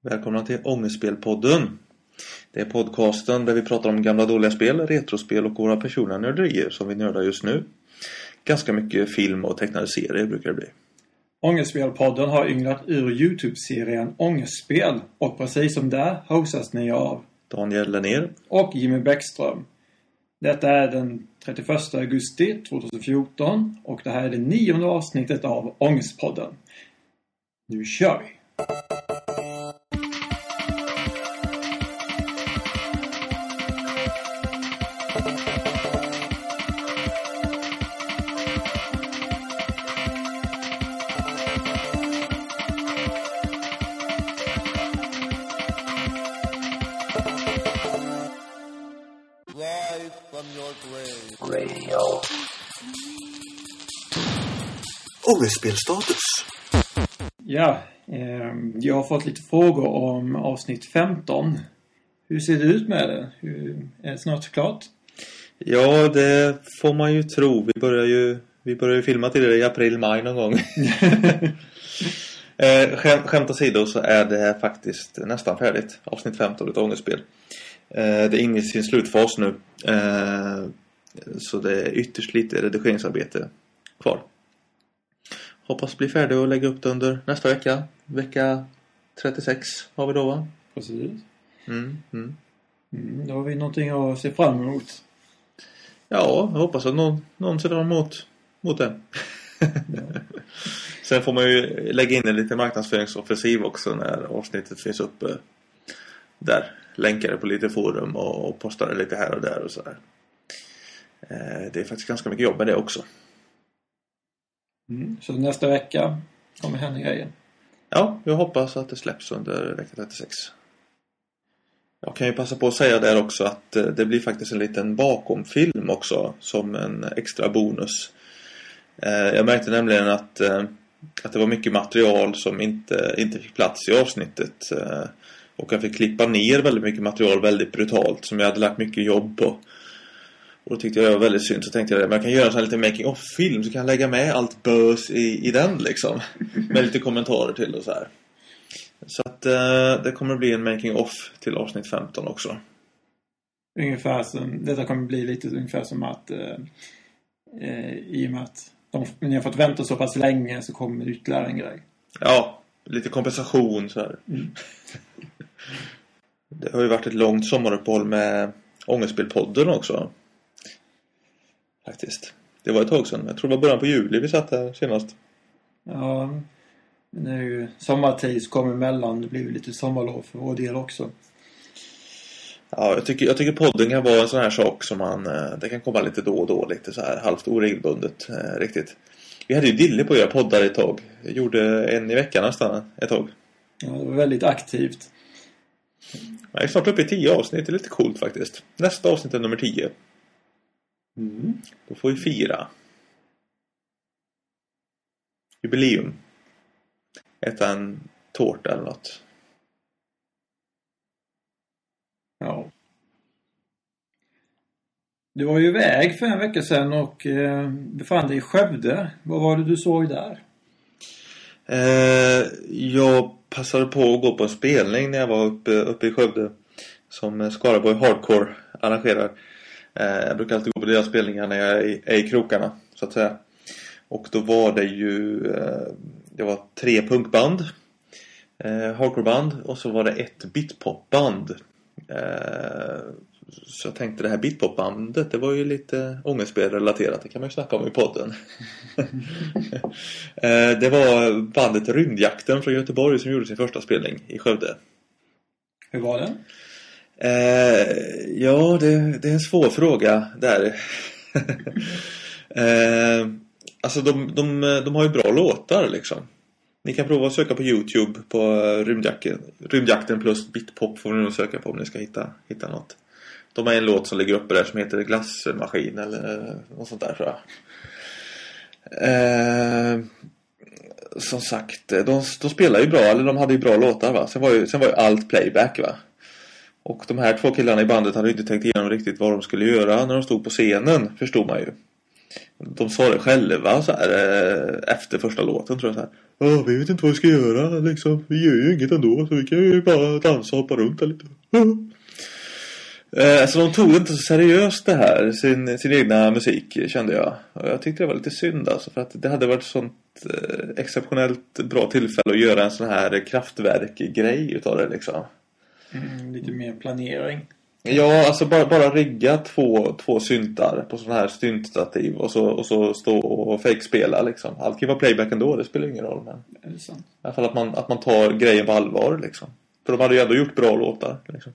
Välkomna till Ångestspelpodden. Det är podcasten där vi pratar om gamla dåliga spel, retrospel och våra personliga nörderier som vi nördar just nu. Ganska mycket film och tecknade serier brukar det bli. Ångestspelpodden har ynglat ur YouTube-serien Ångestspel och precis som där hostas ni av Daniel Lennér och Jimmy Bäckström. Detta är den 31 augusti 2014 och det här är det 9:e avsnittet av Ångestpodden. Nu kör vi! Ångestspelstatus. Ja, jag har fått lite frågor om avsnitt 15. Hur ser det ut med det? Är det snart klart? Ja, det får man ju tro. Vi börjar ju filma till det i april-maj någon gång. Skämt åsido så är det faktiskt nästan färdigt. Avsnitt 15 av Ångestspel. Det är inne i sin slutfas nu. Så det är ytterst lite redigeringsarbete kvar. Hoppas bli färdig och lägga upp det under nästa vecka. Vecka 36 har vi då, va? Precis. Då har vi någonting att se fram emot. Ja, jag hoppas att någon ser fram emot det. Ja. Sen får man ju lägga in en liten marknadsföringsoffensiv också när avsnittet finns uppe där. Länkar det på lite forum och postar det lite här och där och så här. Det är faktiskt ganska mycket jobb med det också. Så nästa vecka kommer hända grejer. Ja, jag hoppas att det släpps under vecka 36. Jag kan ju passa på att säga där också att det blir faktiskt en liten bakomfilm också som en extra bonus. Jag märkte nämligen att det var mycket material som inte fick plats i avsnittet. Och jag fick klippa ner väldigt mycket material väldigt brutalt som jag hade lagt mycket jobb på. Och då tyckte jag det var väldigt synd. Så tänkte jag att man kan göra en sån här liten making of film så kan jag lägga med allt bös i den liksom. Med lite kommentarer till och så här. Så att det kommer bli en making of till avsnitt 15 också. Ungefär som, detta kommer bli lite ungefär som att i och med att ni har fått vänta så pass länge så kommer det ytterligare en grej. Ja, lite kompensation så här. Det har ju varit ett långt sommaruppehåll med Ångestspelpodden också. Faktiskt. Det var ett tag sedan. Jag tror det var början på juli vi satt här senast. Ja, nu sommartid så kommer emellan. Det blir ju lite sommarlov för vår del också. Ja, jag tycker podden kan vara en sån här sak som det kan komma lite då och då. Lite så här halvt oregelbundet riktigt. Vi hade ju dille på att göra poddar ett tag. Jag gjorde en i veckan nästan ett tag. Ja, det var väldigt aktivt. Jag är snart uppe i 10 avsnitt. Det är lite coolt faktiskt. Nästa avsnitt är nummer 10. Då får vi fira jubileum. Äta en tårta eller något. Ja. Du var ju iväg för en vecka sedan och befann dig i Skövde. Vad var det du såg där? Jag passade på att gå på en spelning när jag var uppe i Skövde. Som Skaraborg Hardcore arrangerar. Jag brukar alltid gå på deras spelningar när jag är i krokarna så att säga. Och då var det ju det var 3 punkband, hardcoreband och så var det ett bitpopband. Så jag tänkte det här bitpopbandet, det var ju lite ångestspelrelaterat, det kan man ju snacka om i podden. Det var bandet Rymdjakten från Göteborg som gjorde sin första spelning i Skövde. Hur var det? Ja, det är en svår fråga där. Alltså de har ju bra låtar liksom. Ni kan prova att söka på YouTube på Rymdjakten plus bitpop får ni nog söka på om ni ska hitta något. De har en låt som ligger uppe där som heter Glassmaskin eller något sånt där tror jag. Som sagt, de spelar ju bra, eller de hade ju bra låtar va. Sen var ju allt playback va. Och de här 2 killarna i bandet hade inte tänkt igenom riktigt vad de skulle göra när de stod på scenen, förstod man ju. De sa det själva så här, efter första låten tror jag så här. Ja, vi vet inte vad vi ska göra liksom. Vi gör ju inget ändå, så vi kan ju bara dansa och hoppa runt lite. Så de tog inte så seriöst det här, sin egna musik, kände jag. Och jag tyckte det var lite synd alltså, för att det hade varit sånt exceptionellt bra tillfälle att göra en sån här kraftverk-grej utav det liksom. Lite mer planering. Ja, alltså bara rigga två syntar på sån här syntstativ och så stå och fake-spela liksom. Allt kan vara playback ändå, det spelar ingen roll, men Är det sant? i alla fall att man tar grejen på allvar liksom. För de hade ju ändå gjort bra låtar liksom.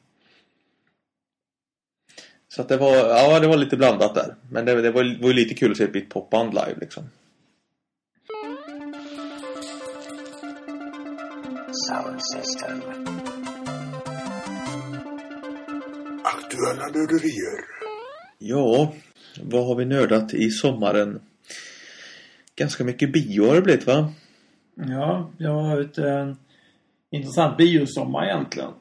Så att det var lite blandat där. Men det var ju lite kul att se ett Britpop-band live liksom. Sound system. Aktuella nörderier. Ja, vad har vi nördat i sommaren? Ganska mycket bio har det blivit, va? Ja, jag har ett intressant biosommar egentligen.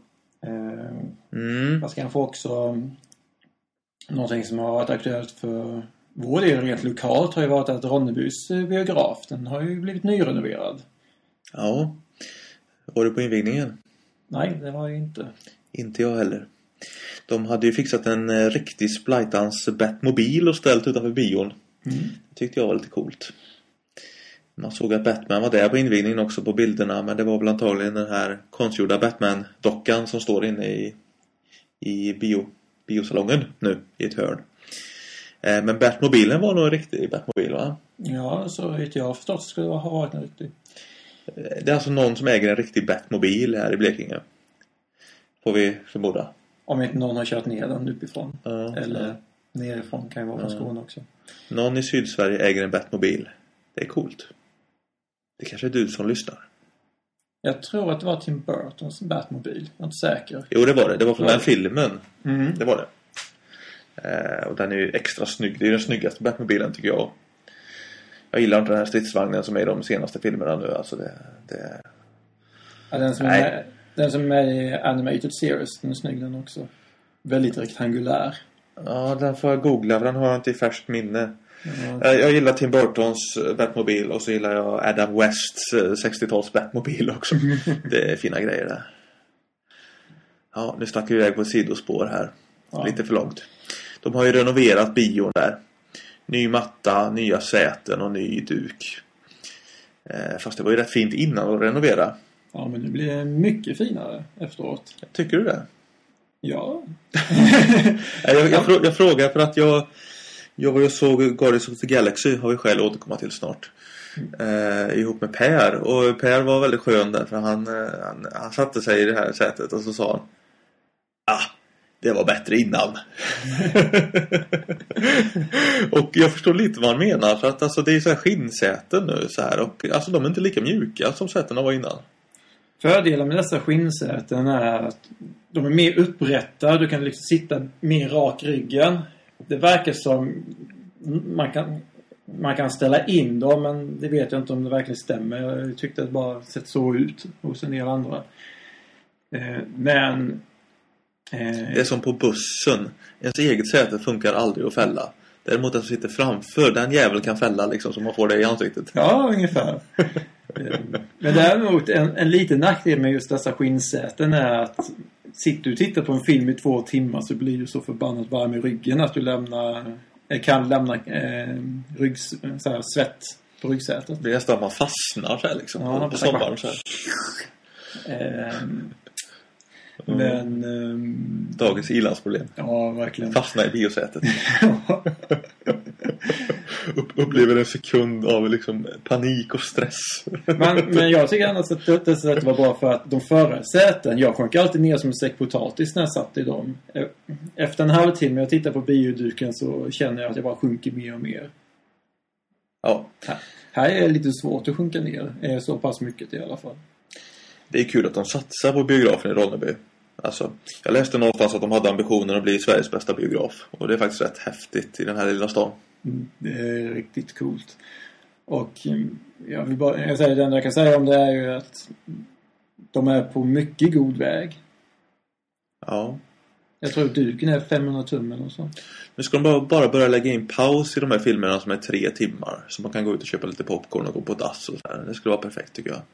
Fast kanske också någonting som har varit aktuellt för vår del rent lokalt har ju varit att Ronnebys biograf, den har ju blivit nyrenoverad. Ja. Var du på invigningen? Nej, det var ju inte. Inte jag heller. De hade ju fixat en riktig splitans Batmobil och ställt utanför bion. Det tyckte jag var lite coolt. Man såg att Batman var där på invigningen också på bilderna, men det var väl antagligen den här konstgjorda Batman-dockan som står inne i biosalongen nu i ett hörn. Men Batmobilen var nog en riktig Batmobil, va? Ja, så vet jag förstås skulle det ha varit en riktig. Det är alltså någon som äger en riktig Batmobil här i Blekinge. Får vi förmoda. Om inte någon har kört ner den uppifrån. Ja, eller nerifrån kan ju vara från Skåne också. Någon i Sydsverige äger en Batmobil. Det är coolt. Det kanske är du som lyssnar. Jag tror att det var Tim Burtons Batmobil. Jag är inte säker. Jo, det var det. Det var från den filmen. Mm. Det var det. Och den är ju extra snygg. Det är den snyggaste Batmobilen tycker jag. Jag gillar inte den här stridsvagnen som är i de senaste filmerna nu. Alltså det... Ja, den som är i Animated Series, den är snygg den också. Väldigt rektangulär. Ja, den får jag googla för den har jag inte i färskt minne. Jag gillar Tim Burtons Batmobil och så gillar jag Adam Wests 60-tals Batmobil också. Det är fina grejer där. Ja, nu stack vi iväg på ett sidospår här. Ja. Lite för långt. De har ju renoverat bion där. Ny matta, nya säten och ny duk. Fast det var ju rätt fint innan att renovera. Ja, men nu blir det mycket finare efteråt. Tycker du det? Ja. jag frågar för att jag var ju såg Guardians of the Galaxy, har vi själv återkomma till snart. Ihop med Per. Och Per var väldigt skön där, för han satte sig i det här sätet och så sa han: det var bättre innan. Och jag förstår lite vad han menar, för att alltså, det är så här skinnsäten nu så här, och alltså de är inte lika mjuka som sätena var innan. Fördelen med dessa skinnsäten är att de är mer upprätta. Du kan liksom sitta mer rak ryggen. Det verkar som man kan ställa in dem, men det vet jag inte om det verkligen stämmer. Jag tyckte att det bara sett så ut hos en del andra. Men det är som på bussen. Ens eget säte funkar aldrig att fälla. Däremot den som sitter framför, den jäveln kan fälla liksom, så man får det i ansiktet. Ja, ungefär. Men däremot en liten nackdel med just dessa skinnsäten är att sitter du och tittar på en film i 2 timmar så blir du så förbannat varm i ryggen att du kan lämna så här, svett på ryggsätet. Det blir nästan att man fastnar så här, liksom, ja, på sommaren så här. Men dagens ilandsproblem. Ja, verkligen. Fastna i biosätet. Upplever en sekund av liksom panik och stress. Men jag tycker annars att det sättet var bra, för att de förra säten, jag sjönk alltid ner som en säck potatis när jag satt i dem. Efter en halvtimme jag tittar på bioduken så känner jag att jag bara sjunker mer och mer. Ja. Här är det lite svårt att sjunka ner. Så pass mycket i alla fall. Det är kul att de satsar på biografen i Ronneby. Alltså, jag läste någonstans att de hade ambitionen att bli Sveriges bästa biograf. Och det är faktiskt rätt häftigt i den här lilla stan. Det är riktigt coolt. Och jag säger, det enda jag kan säga om det är ju att de är på mycket god väg. Ja. Jag tror duken är 500 tum eller så. Nu ska de bara börja lägga in paus i de här filmerna som är 3 timmar. Så man kan gå ut och köpa lite popcorn och gå på dass och så här. Det skulle vara perfekt tycker jag.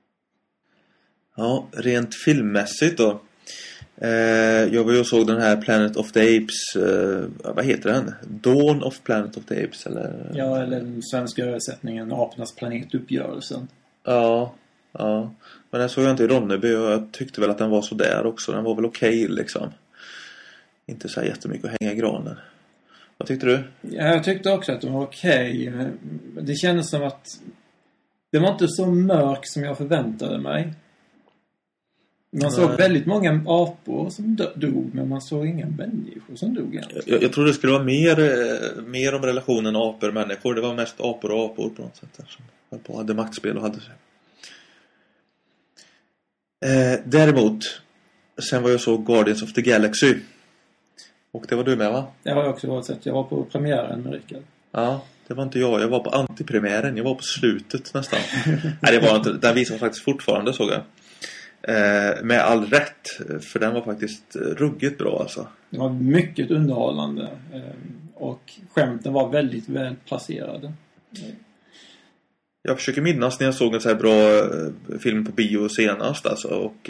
Ja, rent filmmässigt då. Jag var ju och såg den här Planet of the Apes. Vad heter den? Dawn of Planet of the Apes eller? Ja, eller den svenska översättningen Apornas planetuppgörelsen. Ja. Men den såg jag inte i Ronneby och jag tyckte väl att den var så där också. Den var väl okej liksom. Inte så här jättemycket att hänga i granen. Vad tyckte du? Ja, jag tyckte också att den var okej. Det kändes som att det var inte så mörk som jag förväntade mig. Man såg väldigt många apor som dog, men man såg inga människor som dog egentligen. Jag tror det skulle vara mer om relationen apor-människor. Det var mest apor och apor på något sätt där, som hade maktspel och hade sig. Däremot, sen var jag så Guardians of the Galaxy. Och det var du med, va? Det har jag också varit sett. Jag var på premiären med Rickard. Ja, det var inte jag. Jag var på antipremiären. Jag var på slutet nästan. Nej, det var inte. Den visar faktiskt fortfarande, såg jag. Med all rätt. För den var faktiskt ruggigt bra alltså. Det var mycket underhållande. Och skämten var väldigt väl placerade. Jag försöker minnas när jag såg en så här bra film på bio senast alltså. Och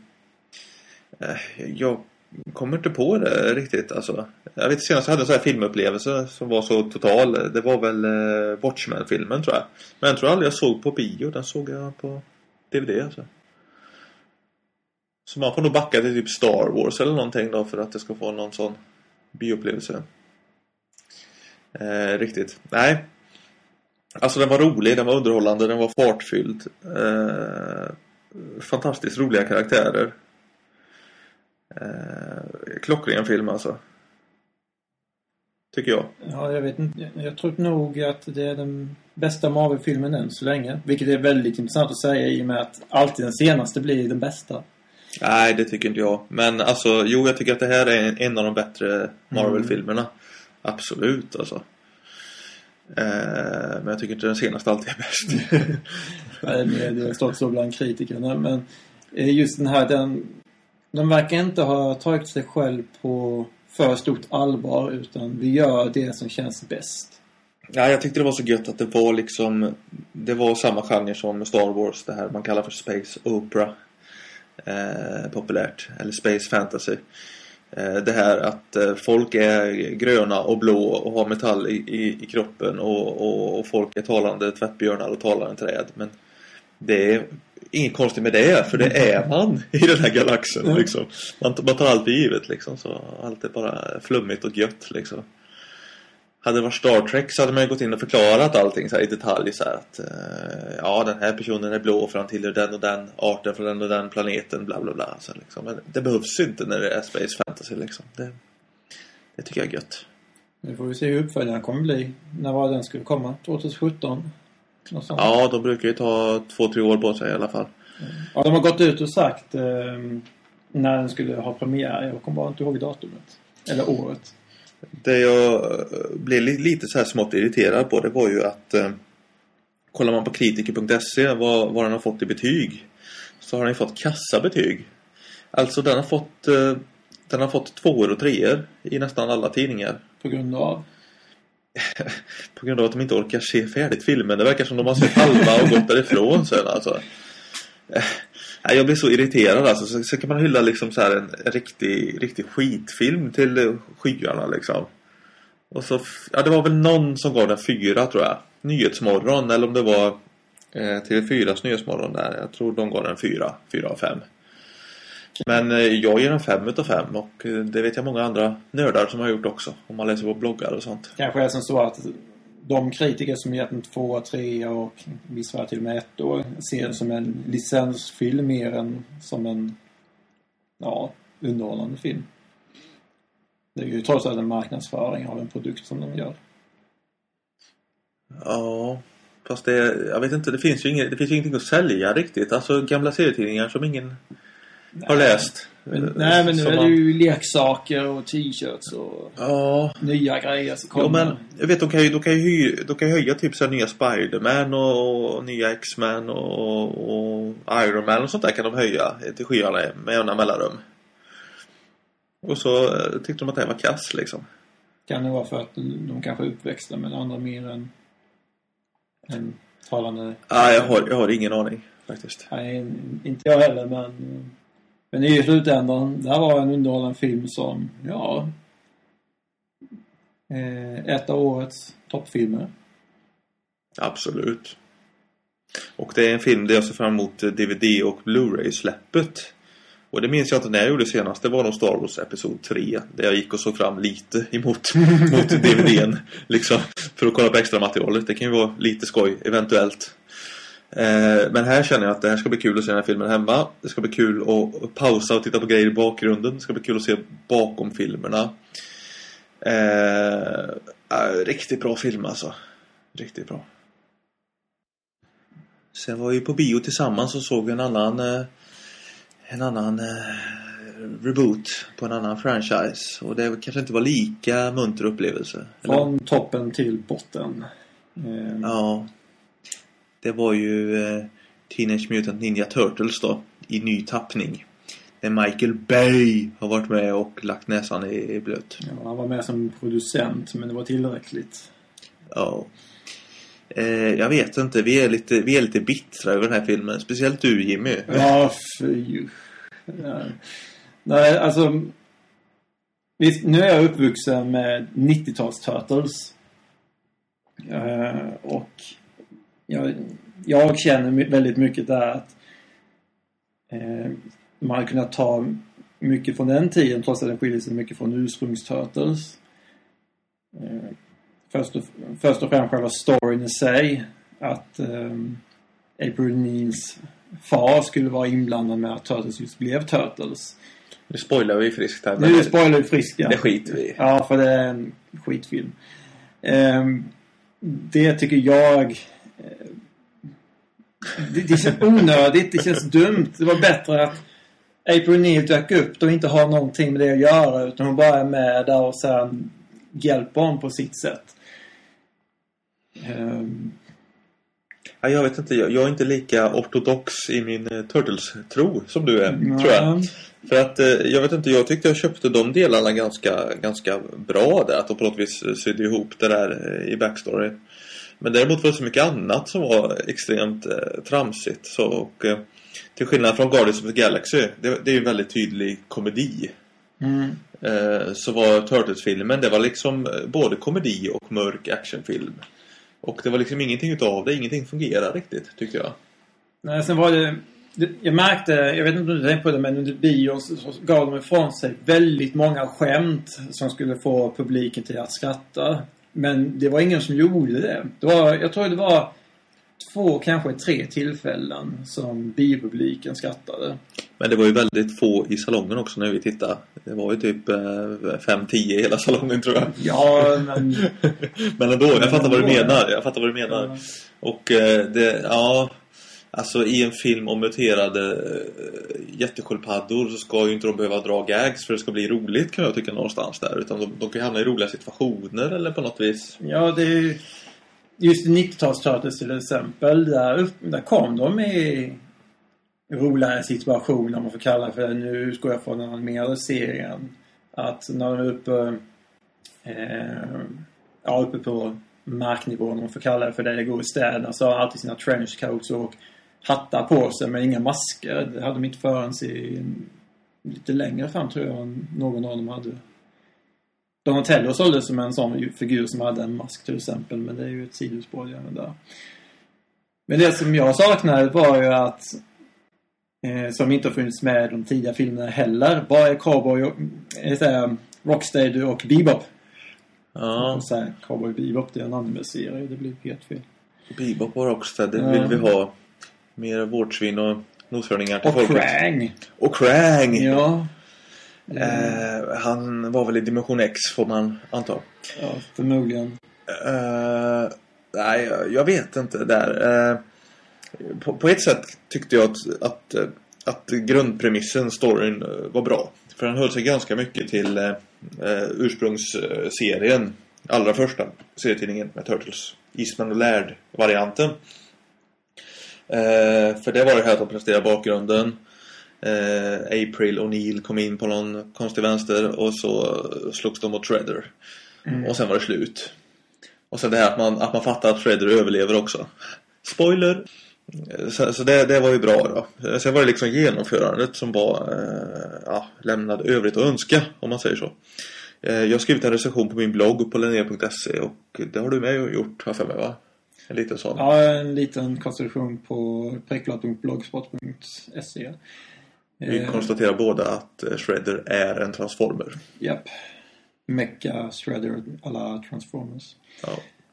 jag kommer inte på det riktigt alltså. Jag vet senast jag hade en sån här filmupplevelse som var så total. Det var väl Watchmen-filmen tror jag. Men jag tror aldrig jag såg på bio. Den såg jag på DVD alltså. Så man får nog backa till typ Star Wars eller någonting då för att det ska få någon sån bioupplevelse. Riktigt. Nej. Alltså den var rolig, den var underhållande, den var fartfylld. Fantastiskt roliga karaktärer. Klockren film alltså. Tycker jag. Ja, jag vet inte. Jag tror nog att det är den bästa Marvel-filmen än så länge. Vilket är väldigt intressant att säga i och med att alltid den senaste blir den bästa. Nej, det tycker inte jag. Men alltså, jo, jag tycker att det här är en av de bättre Marvel-filmerna. Absolut, alltså. Men jag tycker inte den senaste alltid är bäst. Nej, det är stått så bland kritikerna. Men just den här, den verkar inte ha tagit sig själv på för stort allvar. Utan vi gör det som känns bäst. Ja, jag tyckte det var så gött att det var liksom... Det var samma genre som Star Wars. Det här man kallar för Space Opera. Populärt. Eller Space Fantasy. Det här att folk är gröna och blå och har metall i kroppen och folk är talande tvättbjörnar och talande träd. Men det är inget konstigt med det, för det är man i den här galaxen liksom. Man tar allt för givet liksom, så allt är bara flummigt och gött liksom. Hade det varit Star Trek så hade man ju gått in och förklarat allting så här i detalj så här att ja, den här personen är blå för han tillhör den och den arten från den och den planeten bla bla bla så liksom. Men det behövs inte när det är Space Fantasy liksom. Det tycker jag är gött. Nu får vi se hur uppföljaren kommer bli. När var den skulle komma? 2017? Ja, de brukar ju ta 2-3 år på sig i alla fall. Ja, de har gått ut och sagt när den skulle ha premiär. Jag kommer bara inte ihåg datumet. Eller året. Det jag blev lite så här smått irriterad på, det var ju att kollar man på kritiker.se vad den har fått i betyg, så har den fått kassabetyg. Alltså den har fått 2 och 3 i nästan alla tidningar. På grund av? På grund av att de inte orkar se färdigt filmen. Det verkar som de har sett halva och gått därifrån sen alltså. Jag blir så irriterad alltså. Så kan man hylla liksom så här en riktig skitfilm till skyarna liksom. Och så, ja, det var väl någon som gav den 4 tror jag. Nyhetsmorgon, eller om det var TV4s Nyhetsmorgon där. Jag tror de gav den 4 av 5. Men jag ger den 5 av 5. Och det vet jag många andra nördar som har gjort också. Om man läser på bloggar och sånt. Kanske är det som så att de kritiker som gett en 2, 3 och vissa till och med 1 år ser det som en licensfilm mer än som en underhållande film. Det är ju trots allt en marknadsföring av en produkt som de gör. Ja, fast jag vet inte, det finns ju ingenting att sälja riktigt. Alltså gamla serietidningar som ingen har läst. Men nu är det ju leksaker och t-shirts och nya grejer som kommer. Ja, men jag vet, de kan ju höja typ så här nya Spider-Man och nya X-Men och Iron Man och sånt där kan de höja till skyarna med jämna mellanrum. Och så tyckte de att det var kass liksom. Kan det vara för att de kanske är uppväxta med andra mer än talande? Nej, jag har ingen aning faktiskt. Nej, inte jag heller, men i slutändan, det här var en underhållande film som, ett av årets toppfilmer. Absolut. Och det är en film där jag ser fram emot DVD och Blu-ray-släppet. Och det minns jag inte när jag gjorde senast. Det var nog Star Wars Episod 3. Där jag gick och såg fram lite mot DVDn. Liksom, för att kolla på extra materialet. Det kan ju vara lite skoj, eventuellt. Men här känner jag att det här ska bli kul att se den här filmen hemma. Det ska bli kul att pausa och titta på grejer i bakgrunden. Det ska bli kul att se bakom filmerna. Riktigt bra film alltså. Riktigt bra. Sen var vi på bio tillsammans och såg en annan reboot på en annan franchise. Och det kanske inte var lika munter upplevelse. Från toppen till botten. Ja. Det var ju Teenage Mutant Ninja Turtles då. I ny tappning. Där Michael Bay har varit med och lagt näsan i blöt. Ja, han var med som producent, men det var tillräckligt. Ja. Jag vet inte, vi är lite bittra över den här filmen. Speciellt du, Jimmy. Ja, fy. Nej, alltså visst, nu är jag uppvuxen med 90-tals Turtles. Och jag känner väldigt mycket där att man hade kunnat ta mycket från den tiden, trots att den skiljer sig mycket från ursprungs-Turtles. Först och främst själva storyn i sig, att April O'Neils far skulle vara inblandad med att Turtles just blev Turtles. Nu spoilar vi friskt här. Nu spoilar vi friskt, ja. Det skiter vi. Ja, för det är en skitfilm. Det tycker jag... Det känns onödigt, det känns dumt. Det var bättre att April O'Neil dök upp och inte har någonting med det att göra, utan hon bara är med där och sen hjälper hon på sitt sätt. Ja, jag vet inte, jag är inte lika ortodox i min Turtles-tro som du är, tror jag. För att, jag vet inte, jag tyckte jag köpte de delarna ganska bra där. Att de på något vis sydde ihop det där i backstory. Men däremot var det så mycket annat som var extremt tramsigt. Så, och till skillnad från Guardians of the Galaxy, det är ju en väldigt tydlig komedi. Så var Turtles-filmen, det var liksom både komedi och mörk actionfilm. Och det var liksom ingenting utav det, ingenting fungerade riktigt, tyckte jag. Nej, sen var det jag märkte, jag vet inte om du tänkte på det, men under bion så gav de ifrån sig väldigt många skämt som skulle få publiken till att skratta. Men det var ingen som gjorde det. Jag tror det var 2, kanske 3 tillfällen som biopubliken skrattade. Men det var ju väldigt få i salongen också när vi tittade. Det var ju typ 5-10 i hela salongen, tror jag. Ja, men... men ändå, jag fattar vad du menar. Ja. Och alltså i en film om muterade jättesköldpaddor så ska ju inte de behöva dra gags för det ska bli roligt, kan jag tycka, någonstans där. Utan de kan ju hamna i roliga situationer eller på något vis. Ja, det är ju just 90-tals Turtles till exempel. Där kom de i roliga situationer, om man får kalla det för det. Nu utgår jag från den animerade serien. Att när de är uppe på marknivån, om man får kalla det för det går i städerna, så har de alltid sina trenchcoats och hattar på sig med inga masker. Det hade de inte förrän lite längre fram, tror jag, än någon av dem hade. Donatello såldes som en sån figur som hade en mask till exempel, men det är ju ett sidospår även där. Men det som jag saknade var ju att som inte har funnits med de tidiga filmerna heller, bara är Cowboy och Rocksteady och Bebop. Ja. Och så Cowboy Bebop, det är en anime-serie, det blir helt fel. Bebop och Rocksteady vill vi ha. Mer vårdsvin och noshörningar till och folket. Krang. Och Krang! Ja. Han var väl i Dimension X, får man anta. Ja, förmodligen. Nej, jag vet inte där. På ett sätt tyckte jag att grundpremissen, storyn, var bra. För den höll sig ganska mycket till ursprungsserien. Allra första serietidningen med Turtles. Eastman och Laird-varianten. För det var det här att de presenterade bakgrunden. April O'Neil kom in på någon konstig vänster och så slogs de mot Shredder. Och sen var det slut. Och sen det här att man fattar att Shredder överlever också. Spoiler! Så det var ju bra då. Sen var det liksom genomförandet som var lämnade övrigt att önska, om man säger så. Jag har skrivit en recension på min blogg på linnér.se och det har du med gjort, har för mig, va? En liten sån. Ja, en liten konstruktion på prekblad.blogspot.se. Vi konstaterar båda att Shredder är en transformer. Japp. Mecha Shredder alla Transformers. Ja.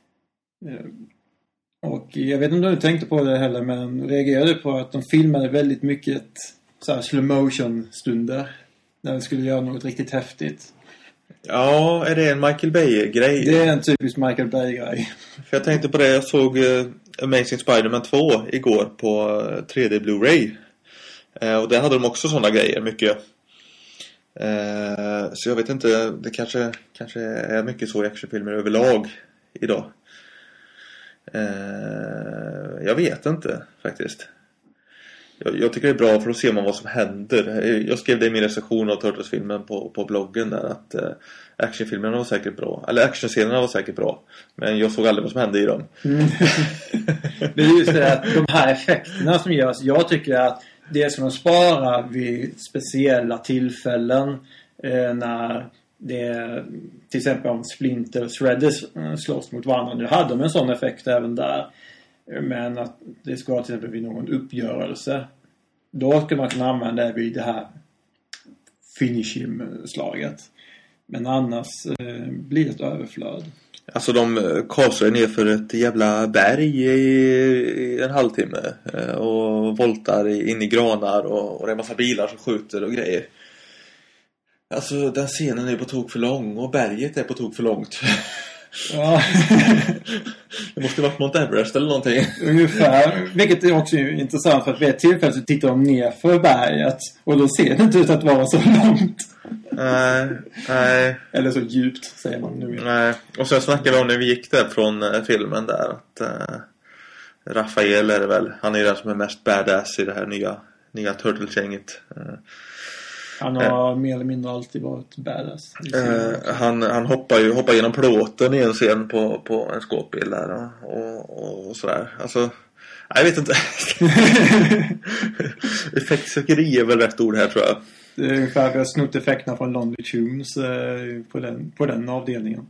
Och jag vet inte om du tänkte på det heller, men reagerade på att de filmade väldigt mycket så här slow motion stunder när de skulle göra något riktigt häftigt. Ja, är det en Michael Bay-grej? Det är en typisk Michael Bay-grej. För jag tänkte på det, jag såg Amazing Spider-Man 2 igår på 3D Blu-ray. Och där hade de också sådana grejer, mycket. Så jag vet inte, det kanske är mycket så i actionfilmer överlag idag. Jag vet inte faktiskt. Jag tycker det är bra för att se vad som händer. Jag skrev det i min recension av Turtles-filmen på bloggen där, att actionfilmerna var säkert bra. Eller actionscenerna var säkert bra. Men jag såg aldrig vad som hände i dem. Det är just det att de här effekterna som görs, jag tycker att det ska man spara vid speciella tillfällen när det, till exempel om Splinter och Shredder slåss mot varandra. Nu hade de en sån effekt även där. Men att det ska till exempel vid någon uppgörelse. Då ska man kunna använda det vid det här finishing-slaget. Men annars blir det ett överflöd. Alltså de kasar ner för ett jävla berg i en halvtimme. Och voltar in i granar och det är en massa bilar som skjuter och grejer. Alltså den scenen är på tok för lång och berget är på tok för långt. Ja. Det måste varit Mount Everest eller någonting. Ungefär. Vilket är också intressant, för att vid ett tillfälle så tittar de ner för berget och då ser det inte ut att vara så långt. Nej. Eller så djupt, säger man nu. Nej. Och sen snackade vi om när vi gick där från filmen där att Raphael är det väl. Han är den som är mest badass i det här nya Turtles-gänget. Han har mer eller mindre alltid varit badass. Han hoppar genom plåten i en scen på en skåpbil där och sådär. Alltså, jag vet inte. Effektsökeri är väl rätt ord här, tror jag. Det är ungefär vi har snott effekterna från Lonely Tunes på den avdelningen.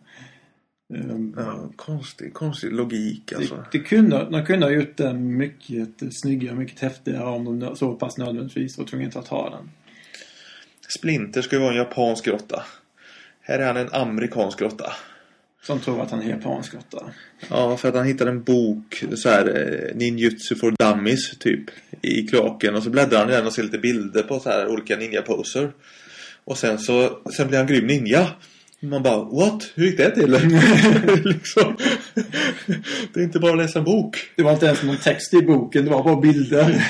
Konstig logik alltså. De kunde ha gjort den mycket snyggare, mycket häftigare om de så pass nödvändigtvis var tvungna att ta den. Splinter ska ju vara en japansk grotta. Här är han en amerikansk grotta. Som tror att han är japansk grotta. Ja, för att han hittade en bok så här ninjutsu for dummies typ i kloaken, och så bläddrar han i den och ser lite bilder på så här olika ninja-poser. Och sen blir han grym ninja. Man bara, what? Hur gick det till? Liksom. Det är inte bara att läsa en bok. Det var inte ens någon text i boken, det var bara bilder.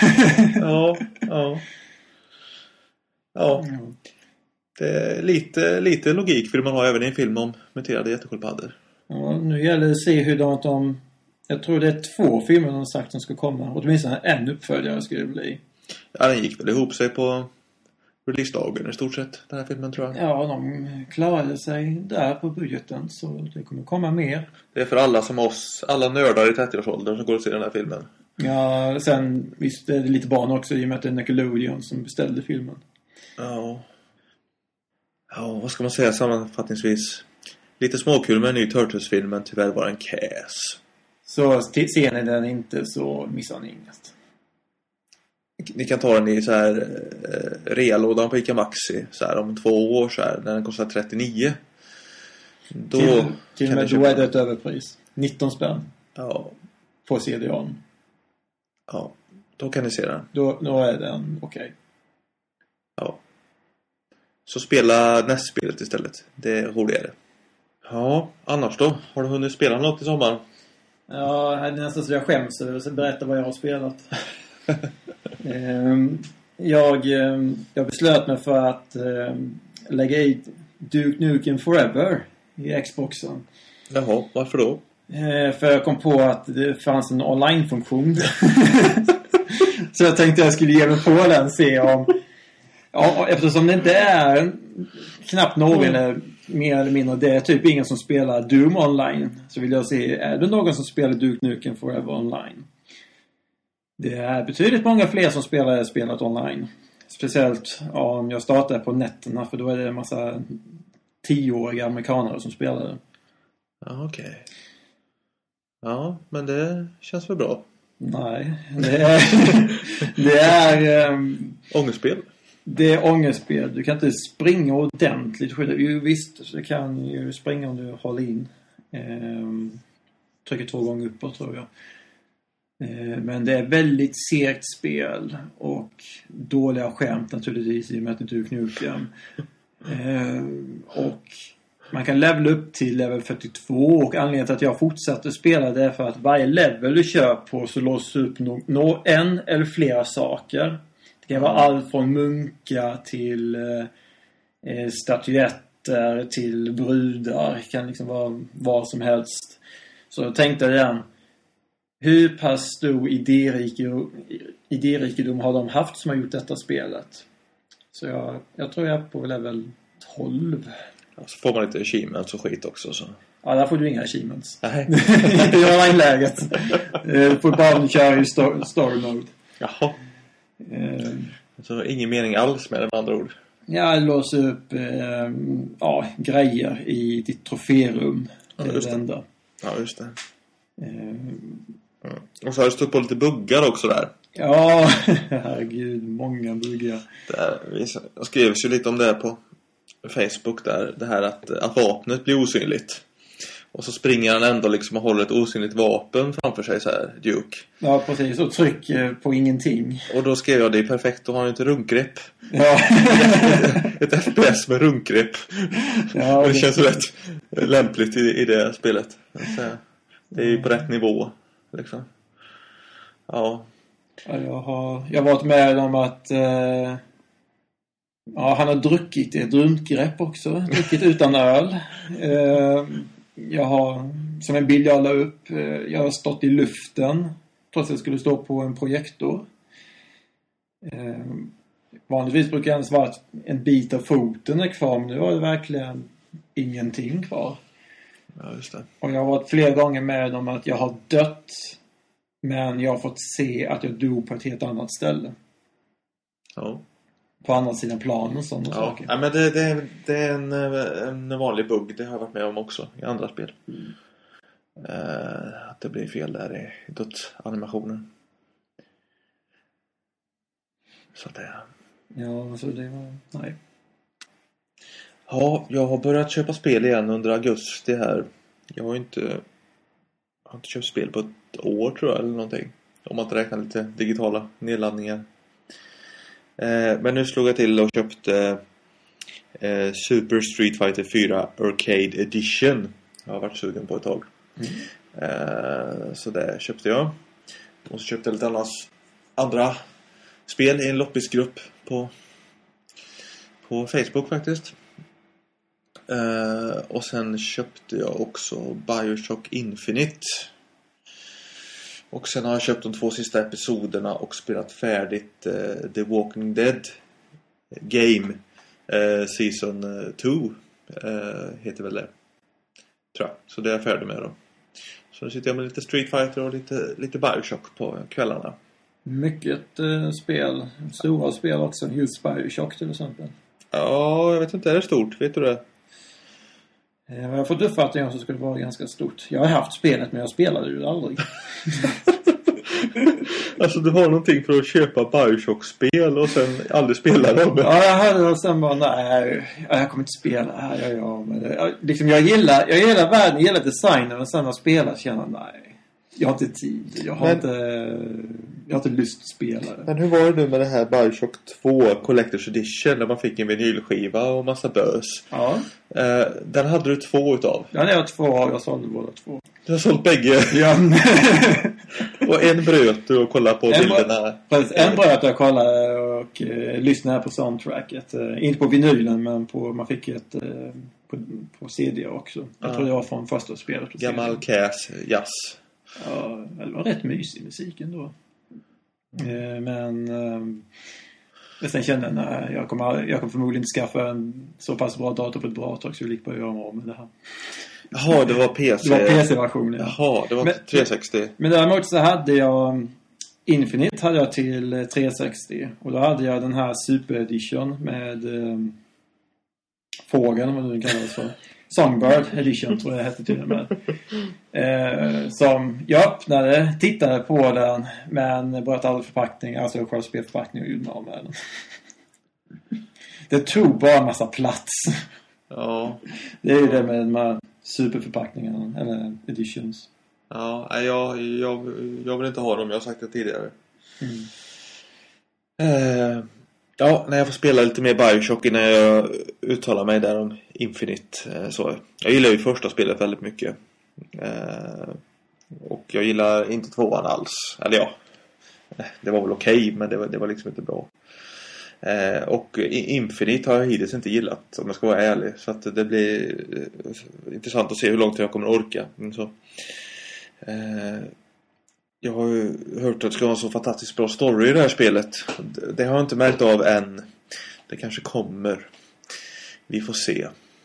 Ja. Det är lite logik för man har även i en film om muterade jättesköldpaddor. Ja, nu gäller det att se hur de... Jag tror det är 2 filmer de har sagt som ska komma. Och åtminstone en uppföljare skulle det bli. Ja, den gick väl ihop sig på releasedagen i stort sett, den här filmen, tror jag. Ja, de klarade sig där på budgeten, så det kommer komma mer. Det är för alla som oss, alla nördar i 30-årsåldern som går och ser den här filmen. Ja, sen visst är det lite barn också i och med att det är Nickelodeon som beställde filmen. Ja, vad ska man säga sammanfattningsvis? Lite småkul med en ny Turtles-film, men tyvärr var en käs. Så ser ni den inte så missar ni inget. Ni kan ta den i så här reallådan på Ica Maxi så här om 2 år så här, när den kostar 39. Då till och med då är det ett överpris. 19 spänn. Ja. På CD-on. Ja, då kan ni se den. Då är den okej. Ja. Så spela NES-spelet istället. Det är roligare. Ja, annars då? Har du hunnit spela något i sommar? Ja, det är nästan så jag skäms så berätta vad jag har spelat. Jag beslöt mig för att lägga i Duke Nukem Forever i Xboxen. Jaha, varför då? För jag kom på att det fanns en online-funktion. Så jag tänkte jag skulle ge mig på den, se om Ja, eftersom det inte är knappt någon är mer eller mindre, det är typ ingen som spelar Doom online, så vill jag se, är det någon som spelar Duke Nukem Forever online? Det är betydligt många fler som spelar spelet online. Speciellt om jag startar på nätterna, för då är det en massa 10-åriga amerikanare som spelar det. Ja, okej. Ja, men det känns väl bra. Nej, det är ångestspel. Det är ångestspel. Du kan inte springa ordentligt. Jo, visst, du kan ju springa om du håller in. Trycker 2 gånger uppåt, tror jag. Men det är väldigt segt spel. Och dåliga skämt naturligtvis i och med att det är Duke Nukem. Och man kan levela upp till level 42. Och anledningen till att jag fortsatte spela det är för att varje level du kör på så låses upp en eller flera saker. Det kan vara allt från munkar till statyetter till brudar. Det kan liksom vara vad som helst. Så jag tänkte igen, hur pass stor idérikedom har de haft som har gjort detta spelet? Så jag tror jag är på level 12. Så får man lite achievements och skit också. Så. Ja, där får du inga achievements. Nej. Inte i online-läget. Du får bara köra i story mode. Jaha. Så ingen mening alls med det, med andra ord. Ja, låsa upp grejer i ditt troférum. Det är det enda. Ja, just det. Och så har det stått på lite buggar också där. Ja, herregud, många buggar. Jag skrev ju lite om det på Facebook där. Det här att vapnet blir osynligt. Och så springer han ändå liksom och håller ett osynligt vapen framför sig så här, Duke. Ja, precis. Och trycker på ingenting. Och då skrev jag, det är perfekt, då har han inte runkgrepp. Ja. ett FPS med runkgrepp. Ja, det känns rätt lämpligt i det spelet. Det är ju på rätt nivå liksom. Ja. Jag har varit med om att han har druckit ett runkgrepp också. Druckit utan öl. Jag har, som en bild jag la upp, jag har stått i luften trots att jag skulle stå på en projektor. Vanligtvis brukar det ens vara en bit av foten är kvar, men nu var det verkligen ingenting kvar. Ja, just det. Och jag har varit flera gånger med om att jag har dött, men jag har fått se att jag dog på ett helt annat ställe. Ja. På andra sidan planen och sådana saker. Ja, men det är en vanlig bugg. Det har jag varit med om också i andra spel. Att det blir fel där i dödsanimationen. Så det... Ja, så det var... Nej. Ja, jag har börjat köpa spel igen under augusti här. Jag har inte köpt spel på ett år, tror jag, eller någonting. Om man inte räknar lite digitala nedladdningar. Men nu slog jag till och köpte Super Street Fighter 4 Arcade Edition. Jag har varit sugen på ett tag. Så det köpte jag. Och så köpte jag lite andra spel i en loppisgrupp på Facebook faktiskt. Och sen köpte jag också Bioshock Infinite. Och sen har jag köpt de 2 sista episoderna och spelat färdigt The Walking Dead Game Season 2 heter väl det, tror jag. Så det är jag färdig med då. Så nu sitter jag med lite Street Fighter och lite Bioshock på kvällarna. Mycket spel. Stora spel också. Just Bioshock till exempel. Ja, jag vet inte, är det stort? Vet du det? Jag har fått uppfattningen så skulle det vara ganska stort. Jag har haft spelet, men jag spelade ju aldrig. Alltså du har någonting för att köpa Bioshock-spel och sen aldrig spela dem. Ja, jag hade och sen bara, nej, jag kommer inte spela. Jag gillar världen, jag gillar designen, och sen när jag spelar känner jag, nej, jag har inte tid. Jag har inte lust att spela det. Men hur var det nu med det här Bioshock 2 Collector's Edition, där man fick en vinylskiva och massa bös? Ja. Den hade du 2 utav. Ja, det var 2. Jag sålde båda 2. Du har sålt bägge. Ja. Och en bröt du och kollade på bilderna. En bröt jag kollade och lyssnade på soundtracket. Inte på vinylen, men man fick ett på CD också. Jag tror det var från första spelet. Gammal Cass jazz. Ja, det var rätt mysig musik ändå. Men sen kände jag när jag kommer förmodligen inte skaffa en så pass bra dator på ett bra tag, så jag gick bara göra mig av med det här. Jaha, det var PC. Det var PC-versionen. Jaha, det var 360. Men däremot så hade jag Infinite hade jag till 360. Och då hade jag den här Super Edition med fågeln, vad nu kallas för. Songbird Edition tror jag det hette till och med. Som jag öppnade, tittade på den, men bröt all förpackning, alltså själv spelförpackning, och gjorde mig av med den. Det tog bara en massa plats. Ja. Det är ju det med de här superförpackningarna, eller editions. Ja, jag vill inte ha dem, jag har sagt det tidigare. Ja, när jag får spela lite mer Bioshock innan jag uttalar mig där om Infinite. Så. Jag gillar ju första spelet väldigt mycket. Och jag gillar inte tvåan alls. Eller ja, det var väl okej, men det var liksom inte bra. Och Infinite har jag hittills inte gillat, om jag ska vara ärlig. Så att det blir intressant att se hur långt jag kommer att orka. Så, jag har ju hört att det ska vara en så fantastiskt bra story i det här spelet. Det har jag inte märkt av än. Det kanske kommer. Vi får se.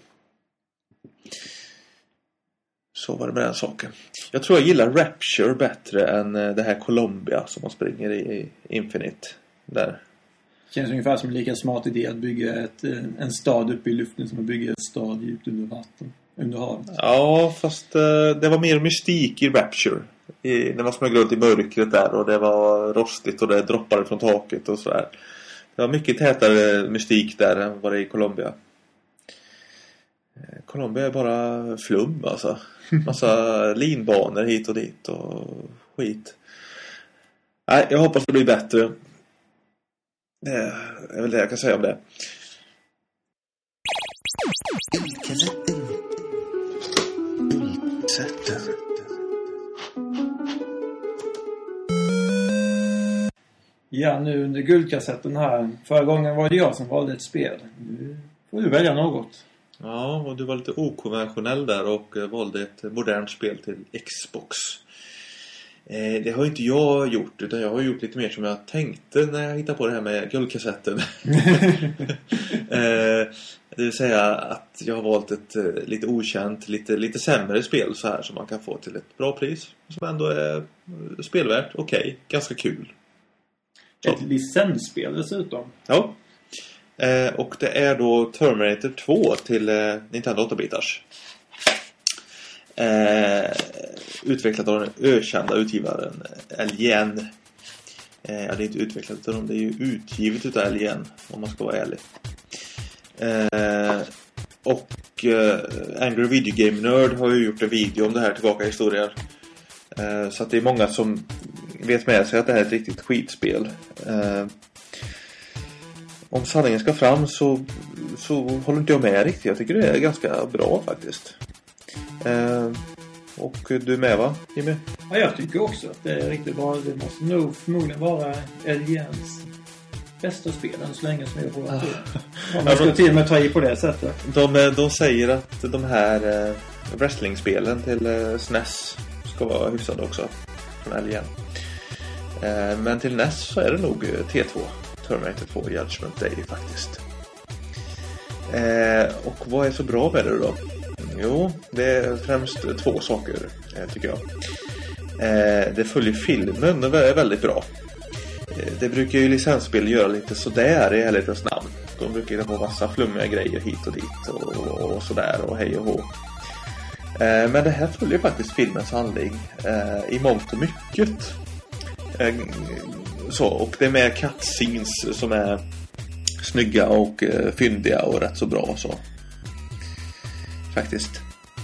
Så var det med den saken. Jag tror jag gillar Rapture bättre än det här Columbia som man springer i Infinite. Där. Känns ungefär som en lika smart idé att bygga en stad uppe i luften som att bygga en stad djupt under vatten. Under havet. Ja, fast det var mer mystik i Rapture. Det var smöglat i mörkret där, och det var rostigt och det droppade från taket och sådär. Det var mycket tätare mystik där än vad det är i Columbia. Columbia är bara flum alltså. Massa linbanor hit och dit och skit. Nej, jag hoppas det blir bättre. Det är väl det jag kan säga om det. Ja, nu under guldkassetten här. Förra gången var det jag som valde ett spel. Nu får du välja något. Ja, och du var lite okonventionell där och valde ett modernt spel till Xbox. Det har inte jag gjort, utan jag har gjort lite mer som jag tänkte när jag hittade på det här med guldkassetten. Det vill säga att jag har valt ett lite okänt, lite sämre spel så här som man kan få till ett bra pris. Som ändå är spelvärt, okej, ganska kul. Ett licensspel dessutom. Ja. Och det är då Terminator 2 till Nintendo 8-bitars. Utvecklat av den ökända utgivaren LJN. Ja, det är inte utvecklat av dem, det är ju utgivet utav LJN, om man ska vara ärlig. Och Angry Video Game Nerd har ju gjort en video om det här tillbaka i historien. Så att det är många som vet med sig att det här är ett riktigt skitspel. Om sanningen ska fram så håller inte jag med riktigt. Jag tycker det är ganska bra faktiskt. Och du är med, va, Jimmy? Ja, jag tycker också att det är riktigt bra. Det måste nog förmodligen vara LJNs bästa spel än så länge som jag får till. Om man ska till och med ta i på det sättet. De säger att de här wrestlingspelen till SNES ska vara hyfsade också från LJN. Men till NES så är det nog T2, Terminator 2 Judgment Day faktiskt. Och vad är så bra med det då? Jo, det är främst två saker tycker jag. Det följer filmen, det är väldigt bra. Det brukar ju licensspel göra lite sådär i helhetens namn. De brukar ju ha massa flummiga grejer hit och dit och sådär och hej och hå. Men det här följer faktiskt filmens handling i mångt och mycket. Så, och det är med cutscenes som är snygga och fyndiga och rätt så bra så. Faktiskt.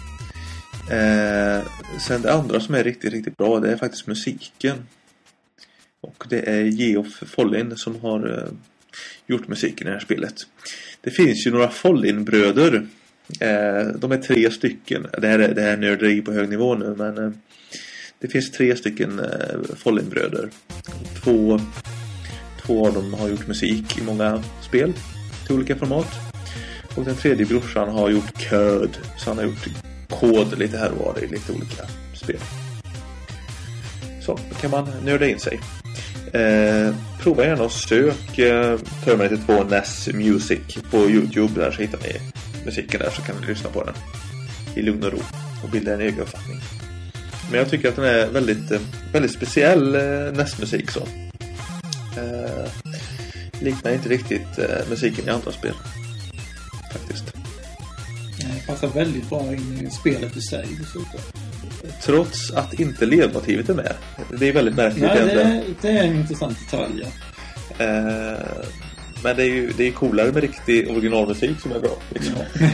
Sen det andra som är riktigt, riktigt bra, det är faktiskt musiken. Och det är Geoff Follin som har gjort musiken i det här spelet. Det finns ju några Follin-bröder. De är 3 stycken. Det här är nörderi på hög nivå nu, men det finns 3 stycken Follin-bröder. Två av dem har gjort musik i många spel till olika format. Och den tredje brorsan har gjort kod. Så han har gjort kod lite här och var i lite olika spel. Så, då kan man nörda in sig. prova gärna och sök Terminator 2 NES Music på YouTube. Där så hittar ni musiken där, så kan ni lyssna på den i lugn och ro och bilda en egen uppfattning. Men jag tycker att den är väldigt speciell NES-musik så. Liknar inte riktigt musiken i andra spel faktiskt. Det passar väldigt bra in i spelet i sig dessutom. Trots att inte ledmotivet är med. Det är väldigt märkligt. Nej, det är en intressant detalj. Men det är coolare med riktig originalmusik som är bra liksom.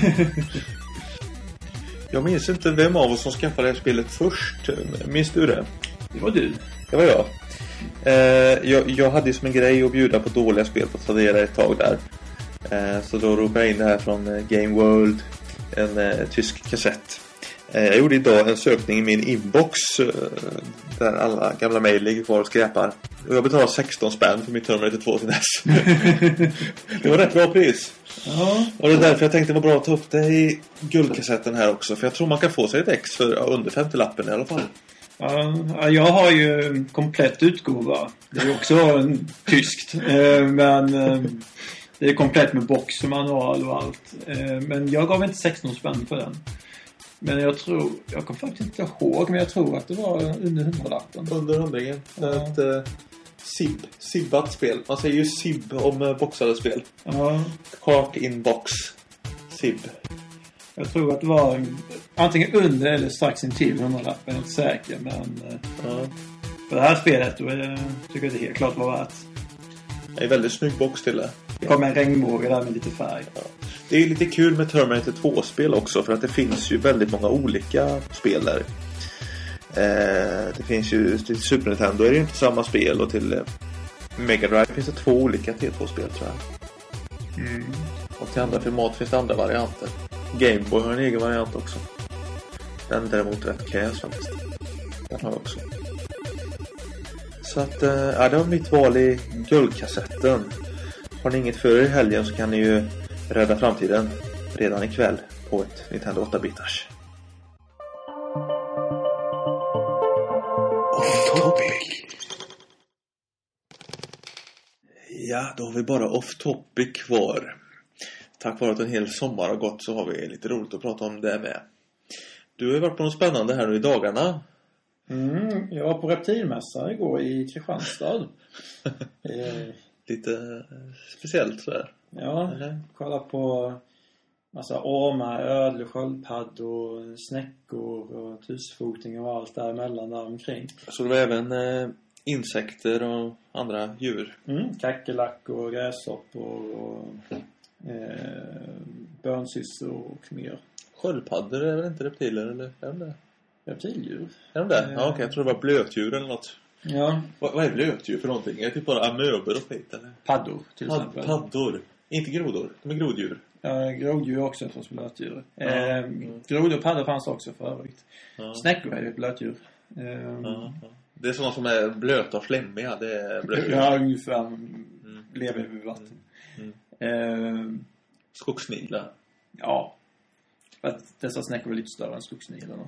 Jag minns inte vem av oss som skaffade det här spelet först. Minns du det? Det var du. Det var jag. Jag hade ju som en grej att bjuda på dåliga spel på Tradera ett tag där. Så då ropade jag in det här från Game World. En tysk kassett. Jag gjorde idag en sökning i min inbox där alla gamla mejl ligger kvar och skräpar. Och jag betalade 16 spänn för mitt Terminator 2 till dess. Det var rätt bra pris. Ja. Och det är därför jag tänkte det var bra att ta upp det i guldkassetten här också. För jag tror man kan få sig ett ex för under 50-lappen i alla fall. Ja, jag har ju en komplett utgåva. Det är också tyskt. Men det är komplett med box och manual och allt. Men jag gav inte 16 spänn för den. Men jag kan faktiskt inte ihåg, men jag tror att det var under 100-lappen. Under 100-lappen. Ja. Ett Sibbat spel. Man säger ju Sib om boxade spel. Ja. Cart in box. Sib. Jag tror att det var antingen under eller strax intill 100-lappen. Jag är inte säker, men för det här spelet då tycker jag det helt klart var värt. Det är en väldigt snygg box till det. Det kommer en regnbåge där med lite färg. Ja. Det är lite kul med Terminator 2-spel också, för att det finns ju väldigt många olika spel där. Det finns ju till Super Nintendo är det ju inte samma spel, och till Mega Drive finns det 2 olika T2-spel tror jag. Och till andra format finns det andra varianter. Game Boy har en egen variant också. Den är däremot rätt käs faktiskt. Den har jag också. Så att, det var mitt val i guldkassetten. Har ni inget för er i helgen så kan ni ju rädda framtiden redan ikväll på ett Nintendo 8-bitars. Off topic. Ja, då har vi bara off topic kvar. Tack vare att en hel sommar har gått så har vi lite roligt att prata om det med. Du har ju varit på något spännande här nu i dagarna. Jag var på reptilmässa igår i Kristianstad. Lite speciellt sådär. Ja, kolla på massa ormar, ödlor, sköldpaddor, snäckor och tusfotingar och allt däremellan där omkring. Så det var även insekter och andra djur. Kackerlackor, gräshoppor och bönsyssor och mer. Sköldpaddor är väl inte reptiler, eller är de det? Reptildjur. Är de det? Ja, okej. Jag tror det var blötdjur eller något. Ja. Vad är blötdjur för någonting? Är det typ bara amöber och skit eller? Paddor till exempel. Paddor. Inte grodor. De är groddjur. Ja, groddjur också för blötdjur. Grodor och paddor fanns också för övrigt. Snäckor är ju ett blötdjur. Det är sådana som är blöta och flämmiga. Det är blötdjur. Ja, ungefär. Lever vid vatten. Skogssniglar. Ja. För att dessa snäckor var lite större än skogssniglarna.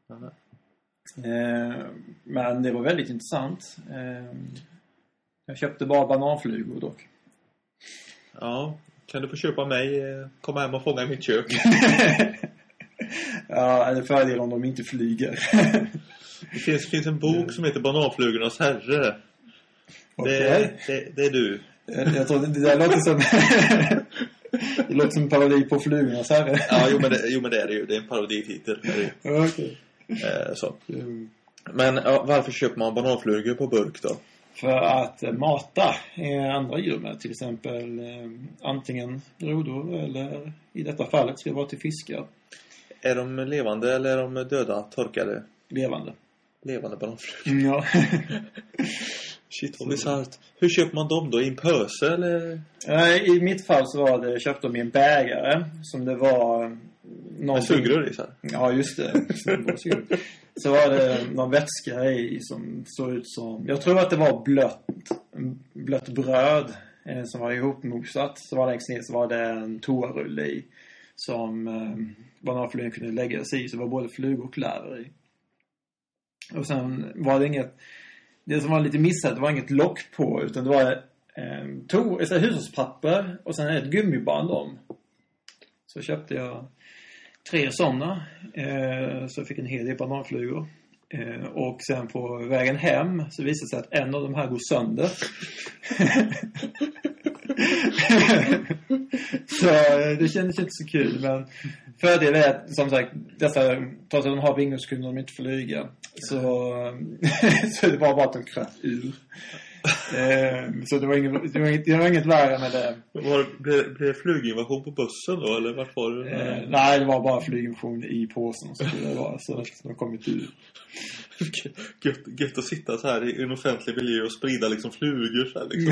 Men det var väldigt intressant. Jag köpte bara bananflugor dock. Ja, kan du få köpa mig, komma hem och fånga i mitt kök? Ja, det är fördel om de inte flyger. Det finns en bok som heter Bananflugornas herre. Okay. Det är du. Jag tror det där låter som det låter som en parodi på Flugornas herre. Ja, jo men det är det ju. Det är en parodititel. Okej. Så. Men varför köper man bananflugor på burk då? För att mata andra djur med. Till exempel antingen grodor eller i detta fallet ska det vara till fiskar. Är de levande eller är de döda, torkade? Levande. Levande bananflugor. Ja. Shit, vad bisarrt. Hur köper man dem då? I en pöse eller? I mitt fall så var det, köpte de i en bägare som det var någon sugrör i så här. Ja, just det. Så var det någon vätska i som såg ut som, jag tror att det var blött bröd som var ihopmosat. Så var det längst ner så var det en toarulle i som bananflugan kunde lägga sig i. Så det var både flugor och larver i. Och sen var det det som var lite missat, det var inget lock på, utan det var hushållspapper och sen ett gummiband om. Så köpte jag 3 sådana. Så jag fick en hel del bananflugor. Och sen på vägen hem så visade det sig att en av de här går sönder. Så det kändes inte så kul. Men fördelen är att, som sagt, dessa, trots att de har vingar så kunde de inte flyga. Så det var bara att de kröt ur. Så det var inget värre med det. Blev det flyginvasion på bussen då? Eller vart var det? Nej, det var bara flyginvasion i påsen. Så det var så de kommit ur. Gött att sitta så här i en offentlig miljö och sprida liksom flugor så här, liksom.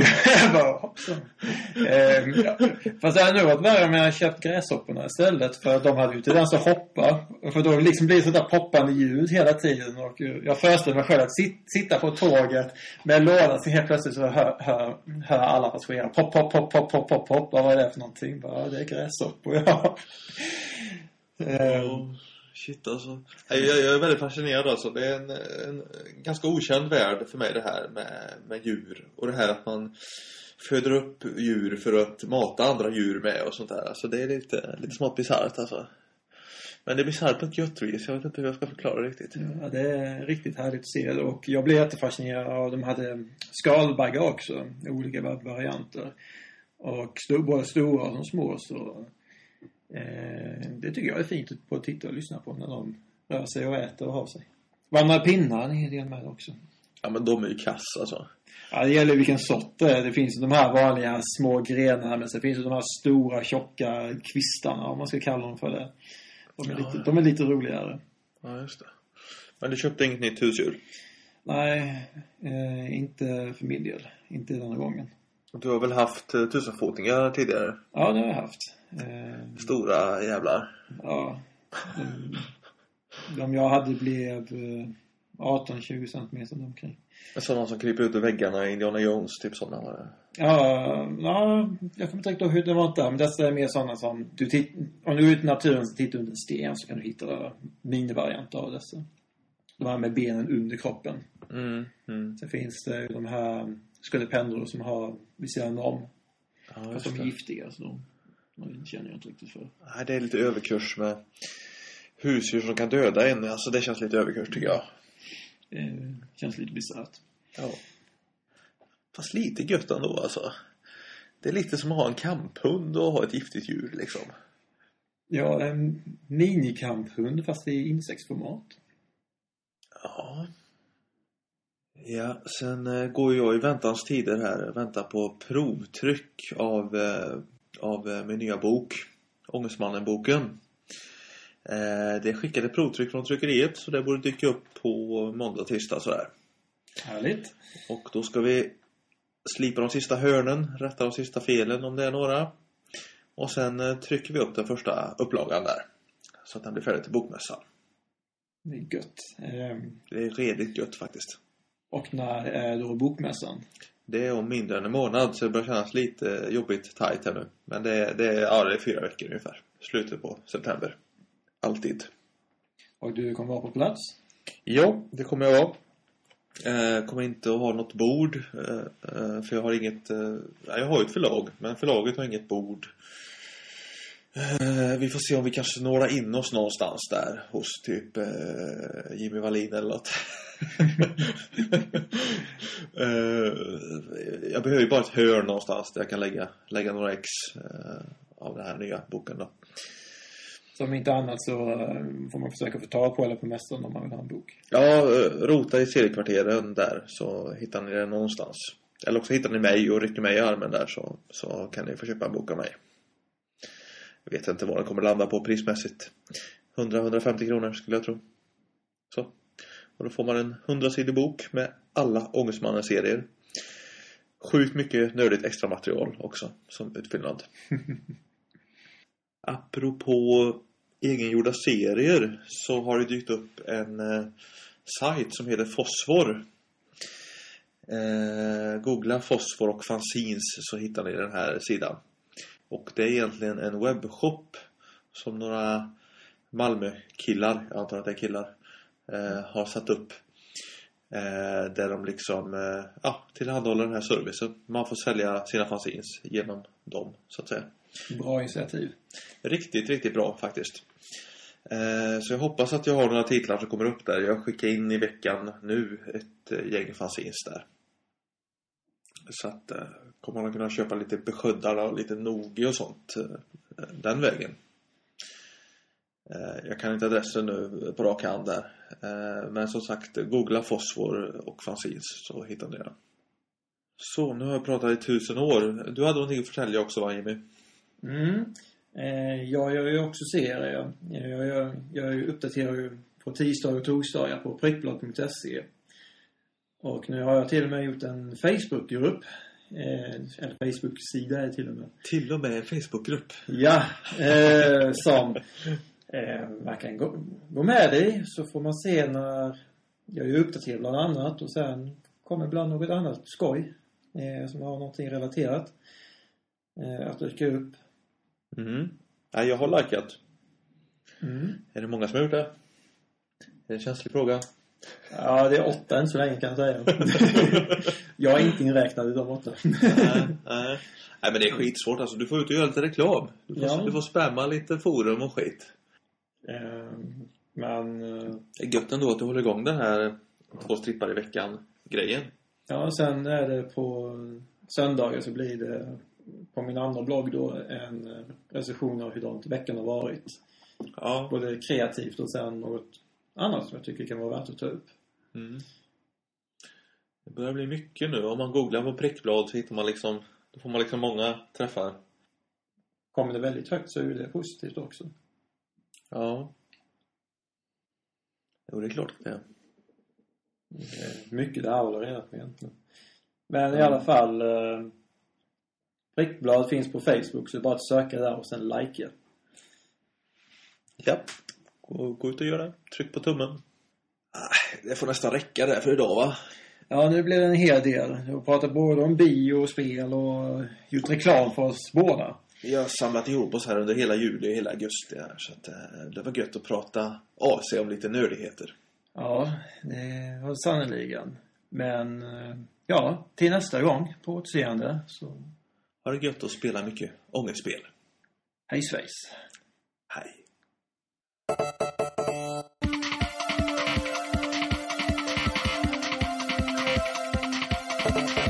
Fast det hade nog varit värre om jag köpt gräshopporna istället. För de hade ju inte den så hoppa. För då liksom blir det sådär poppande ljud hela tiden. Och jag föreställer mig själv att sitta på tåget med lådan, så helt plötsligt så hör alla passagerare pop, pop, pop, pop, pop, pop, pop. Vad är det för någonting? Bara, det är gräshoppor, ja. Shit alltså. Jag är väldigt fascinerad alltså. Det är en ganska okänd värld för mig det här med djur. Och det här att man föder upp djur för att mata andra djur med och sånt där. Alltså det är lite smått bisarrt alltså. Men det är bisarrt på ett gött vis. Jag vet inte hur jag ska förklara det riktigt. Ja, det är riktigt härligt att se det. Och jag blev jättefascinerad av de hade skalbaggar också. Olika varianter. Och både stora och små. Så det tycker jag är fint att titta och lyssna på när de rör sig och äter och har sig. Vandrar pinnar en hel del med också. Ja, men de är ju kass alltså. Ja, det gäller vilken sort det är. Det finns de här vanliga små grenarna, men så finns det de här stora, tjocka kvistarna, om man ska kalla dem för det. De är lite roligare. Ja, just det. Men du köpte inget nytt husdjur? Nej, inte för min del. Inte denna gången. Du har väl haft tusenfotingar tidigare? Ja, det har jag haft. Stora jävlar. Ja. De jag hade blev 18-20 centimeter omkring. Sådana som kryper ut ur väggarna i Indiana Jones, typ sådana var det. Ja, jag kommer inte riktigt ihåg hur det var där. Men dessa är mer sådana som om du är ute i naturen så tittar under en sten så kan du hitta minivarianter av dessa. De här med benen under kroppen. Sen finns det de här sköldpaddor som har vid sidan om. Ja, fast de är giftiga, så de känner jag inte riktigt för. Nej, det är lite överkurs med husdjur som kan döda en. Alltså det känns lite överkurs tycker jag. Känns lite bisarrt. Ja. Fast lite gött ändå alltså. Det är lite som att ha en kamphund och ha ett giftigt djur liksom. Ja, en minikamphund fast i insektsformat. Ja. Ja, sen går jag i väntans tider här. Väntar på provtryck av min nya bok. Ångestmannen-boken. Det skickade provtryck från tryckeriet, så det borde dyka upp på måndag, tisdag sådär. Härligt. Och då ska vi slipa de sista hörnen, rätta de sista felen om det är några. Och sen trycker vi upp den första upplagan där. Så att den blir färdig till bokmässan. Det är gött. Det är redigt gött faktiskt. Och när är då bokmässan? Det är om mindre än en månad, så det börjar kännas lite jobbigt tajt här nu. Men det är 4 veckor ungefär. Slutet på september. Alltid. Och du kommer vara på plats? Ja, det kommer jag vara. Kommer inte att ha något bord. För jag har inget... jag har ett förlag, men förlaget har inget bord. Vi får se om vi kanske nårar in oss någonstans där. Hos typ Jimmy Wallin eller något. Jag behöver ju bara ett hörn någonstans där jag kan lägga några ex av den här nya boken då. Som inte annat så får man försöka få tag på eller på mässan om man vill ha en bok. Ja, rota i seriekvarteren där så hittar ni den någonstans. Eller också hittar ni mig och rycker mig i armen där så kan ni få köpa en bok av mig. Jag vet inte vad den kommer landa på prismässigt. 100-150 kronor skulle jag tro. Så. Och då får man en 100-sidig bok med alla Ångestmannen-serier. Sjukt mycket nördigt extra material också som utfyllnad. Apropå egengjorda serier så har det dykt upp en sajt som heter Fosfor. Googla Fosfor och fanzines så hittar ni den här sidan. Och det är egentligen en webbshop som några Malmö-killar, jag antar att det är killar, har satt upp. Där de liksom tillhandahåller den här servicen. Man får sälja sina fanzines genom dem, så att säga. Bra initiativ. Riktigt, riktigt bra faktiskt. Så jag hoppas att jag har några titlar som kommer upp där. Jag skickar in i veckan nu ett gäng fanzines där. Så att kommer man kunna köpa lite besköddare och lite nogi och sånt den vägen. Jag kan inte adressen nu på rak hand där. Men som sagt, googla fosfor och fanzines så hittar ni den. Så, nu har jag pratat i 1000 år. Du hade någonting att förtälja också, va, Jimmy? Jag gör ju också serier. Jag uppdaterar ju på tisdagar och torsdagar på prickblad.se. Och nu har jag till och med gjort en Facebookgrupp. Eller Facebook-sida är till och med. Till och med en Facebookgrupp? Ja, som man kan gå med i, så får man se när jag är uppdaterad bland annat, och sen kommer ibland något annat skoj som har någonting relaterat att dyka upp. Ja, jag har likat. Är det många som har gjort det? Är det en känslig fråga? Ja, det är 8 än så länge, kan jag säga. Jag är inte inräknad i de 8. Nej, men det är skitsvårt alltså. Du får ut och göra lite reklam. Du får spamma lite forum och skit. Men det är gött ändå att du håller igång den här 2 strippar i veckan grejen. Ja, sen är det på söndagar så blir det på min andra blogg då en recension av hur veckan har varit. Ja. Både kreativt och sen något annat som jag tycker kan vara värt att ta upp. Det börjar bli mycket nu. Om man googlar på prickblad så hittar man liksom, då får man liksom många träffar. Kommer det väldigt högt så är det positivt också. Ja. Jo, det är klart att det är. Mycket det håller reda på egentligen. Men i alla fall prickblad finns på Facebook, så det är bara att söka där och sen likea. Ja. Gå ut och göra det. Tryck på tummen. Det får nästan räcka där för idag, va? Ja, nu blir det en hel del. Jag har pratat både om bio och spel och gjort reklam för oss båda. Vi har samlat ihop oss här under hela juli och hela augusti här, så att det var gött att prata av sig om lite nördigheter. Ja, det var sannoliken. Men ja, till nästa gång på återseende så... Har det gött att spela mycket ångestspel. Hej svejs. Hej. Thank you.